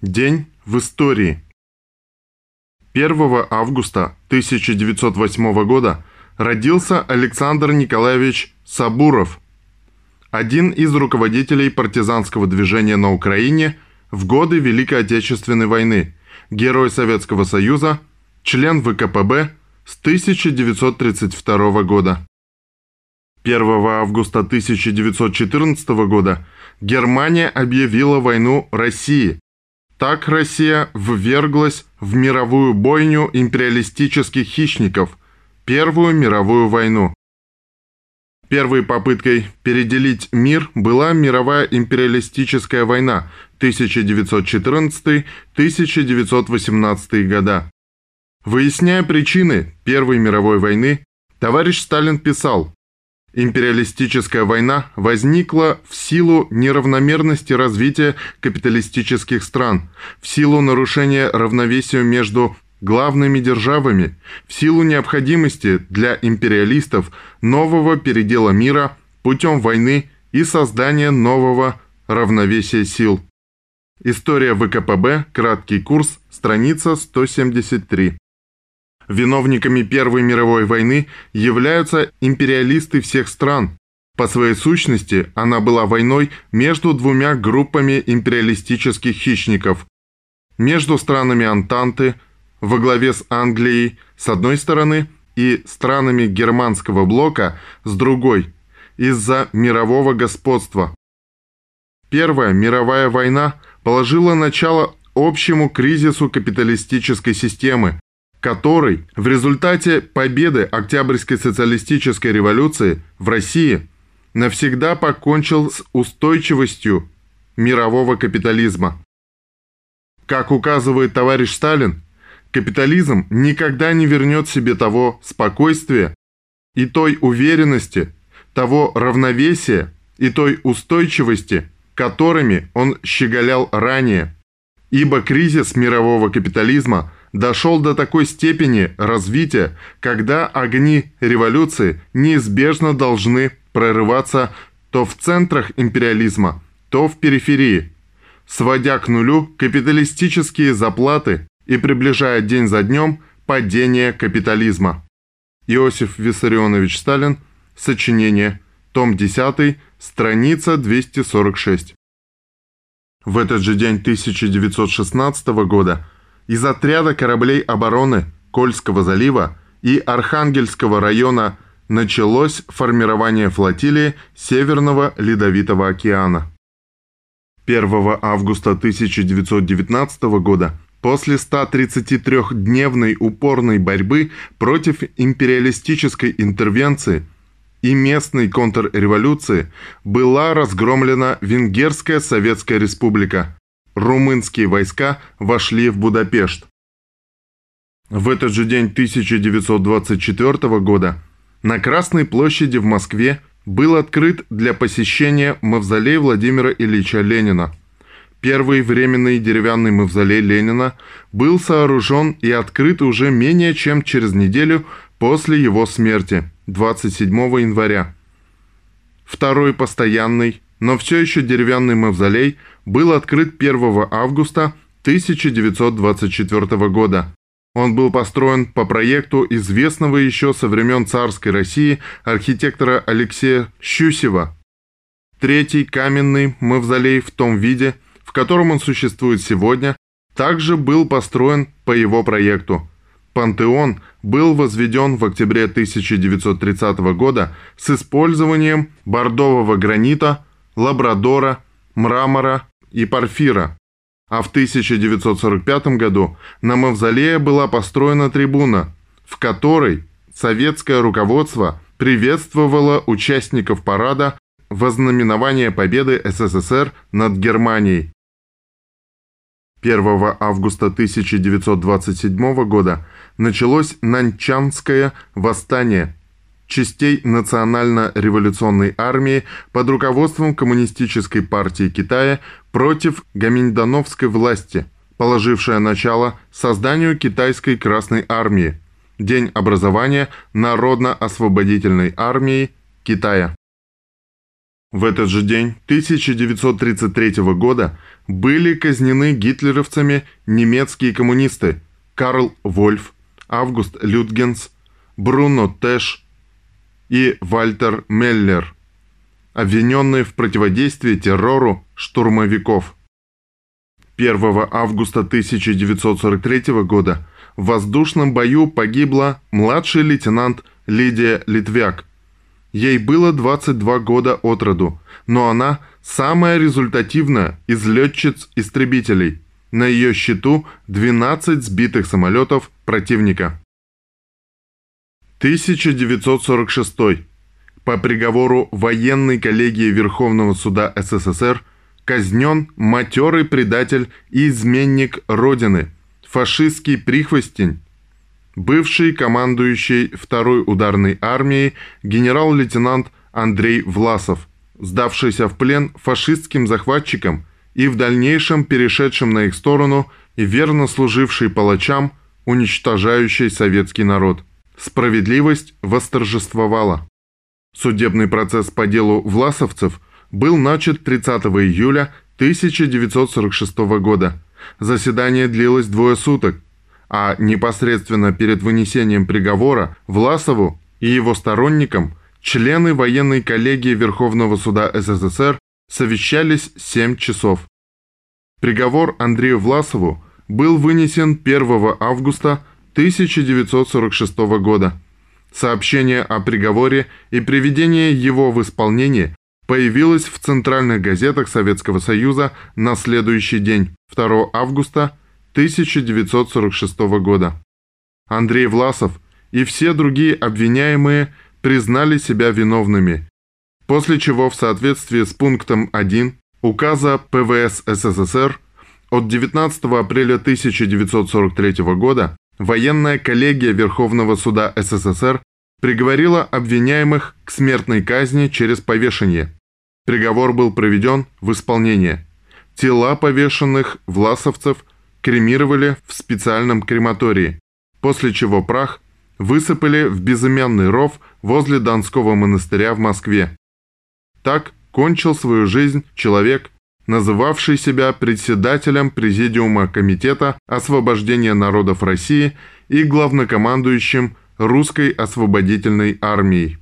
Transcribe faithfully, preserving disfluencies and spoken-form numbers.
День в истории. первого августа тысяча девятьсот восьмого года родился Александр Николаевич Сабуров, один из руководителей партизанского движения на Украине в годы Великой Отечественной войны, Герой Советского Союза, член вэ ка пэ бэ с тысяча девятьсот тридцать второго года. первого августа тысяча девятьсот четырнадцатого года Германия объявила войну России. Так Россия вверглась в мировую бойню империалистических хищников, Первую мировую войну. Первой попыткой переделить мир была мировая империалистическая война тысяча девятьсот четырнадцатый — тысяча девятьсот восемнадцатый года. Выясняя причины Первой мировой войны, товарищ Сталин писал: «Империалистическая война возникла в силу неравномерности развития капиталистических стран, в силу нарушения равновесия между главными державами, в силу необходимости для империалистов нового передела мира путем войны и создания нового равновесия сил». История вэ ка пэ бэ, краткий курс, страница сто семьдесят три. Виновниками Первой мировой войны являются империалисты всех стран. По своей сущности, она была войной между двумя группами империалистических хищников. Между странами Антанты, во главе с Англией, с одной стороны, и странами германского блока, с другой, из-за мирового господства. Первая мировая война положила начало общему кризису капиталистической системы, который в результате победы Октябрьской социалистической революции в России навсегда покончил с устойчивостью мирового капитализма. Как указывает товарищ Сталин, капитализм никогда не вернет себе того спокойствия и той уверенности, того равновесия и той устойчивости, которыми он щеголял ранее, ибо кризис мирового капитализма дошел до такой степени развития, когда огни революции неизбежно должны прорываться то в центрах империализма, то в периферии, сводя к нулю капиталистические заплаты и приближая день за днем падение капитализма. Иосиф Виссарионович Сталин. Сочинение. Том десятый. Страница двести сорок шесть. В этот же день тысяча девятьсот шестнадцатого года из отряда кораблей обороны Кольского залива и Архангельского района началось формирование флотилии Северного Ледовитого океана. первого августа тысяча девятьсот девятнадцатого года, после ста тридцати трёхдневной упорной борьбы против империалистической интервенции и местной контрреволюции, была разгромлена Венгерская Советская Республика. Румынские войска вошли в Будапешт. В этот же день тысяча девятьсот двадцать четвёртого года на Красной площади в Москве был открыт для посещения мавзолей Владимира Ильича Ленина. Первый временный деревянный мавзолей Ленина был сооружен и открыт уже менее чем через неделю после его смерти, двадцать седьмого января. Второй постоянный, но все еще деревянный мавзолей был открыт первого августа тысяча девятьсот двадцать четвёртого года. Он был построен по проекту известного еще со времен царской России архитектора Алексея Щусева. Третий каменный мавзолей в том виде, в котором он существует сегодня, также был построен по его проекту. Пантеон был возведен в октябре тысяча девятьсот тридцатого года с использованием бордового гранита, лабрадора, мрамора и порфира. А в тысяча девятьсот сорок пятом году на мавзолее была построена трибуна, в которой советское руководство приветствовало участников парада во знаменование победы эс эс эс эр над Германией. первого августа тысяча девятьсот двадцать седьмого года началось Наньчанское восстание частей Национально-революционной армии под руководством Коммунистической партии Китая против гоминдановской власти, положившее начало созданию Китайской Красной армии, день образования Народно-освободительной армии Китая. В этот же день тысяча девятьсот тридцать третьего года были казнены гитлеровцами немецкие коммунисты Карл Вольф, Август Людгенс, Бруно Тэш и Вальтер Меллер, обвиненные в противодействии террору штурмовиков. первого августа тысяча девятьсот сорок третьего года в воздушном бою погибла младший лейтенант Лидия Литвяк. Ей было двадцать два года от роду, но она самая результативная из летчиц-истребителей. На ее счету двенадцать сбитых самолетов противника. тысяча девятьсот сорок шестой. По приговору военной коллегии Верховного суда СССР казнен матерый предатель и изменник Родины, фашистский прихвостень, бывший командующий второй ударной армией генерал-лейтенант Андрей Власов, сдавшийся в плен фашистским захватчикам и в дальнейшем перешедшим на их сторону и верно служивший палачам, уничтожающий советский народ. Справедливость восторжествовала. Судебный процесс по делу власовцев был начат тридцатого июля тысяча девятьсот сорок шестого года. Заседание длилось двое суток, а непосредственно перед вынесением приговора Власову и его сторонникам члены военной коллегии Верховного суда СССР совещались семь часов. Приговор Андрею Власову был вынесен первого августа тысяча девятьсот сорок шестого года. Сообщение о приговоре и приведение его в исполнение появилось в центральных газетах Советского Союза на следующий день, второго августа тысяча девятьсот сорок шестого года. Андрей Власов и все другие обвиняемые признали себя виновными, после чего в соответствии с пунктом один указа ПВС СССР от девятнадцатого апреля тысяча девятьсот сорок третьего года военная коллегия Верховного суда СССР приговорила обвиняемых к смертной казни через повешение. Приговор был приведен в исполнение. Тела повешенных власовцев кремировали в специальном крематории, после чего прах высыпали в безымянный ров возле Донского монастыря в Москве. Так кончил свою жизнь человек, называвший себя председателем Президиума Комитета освобождения народов России и главнокомандующим Русской освободительной армией.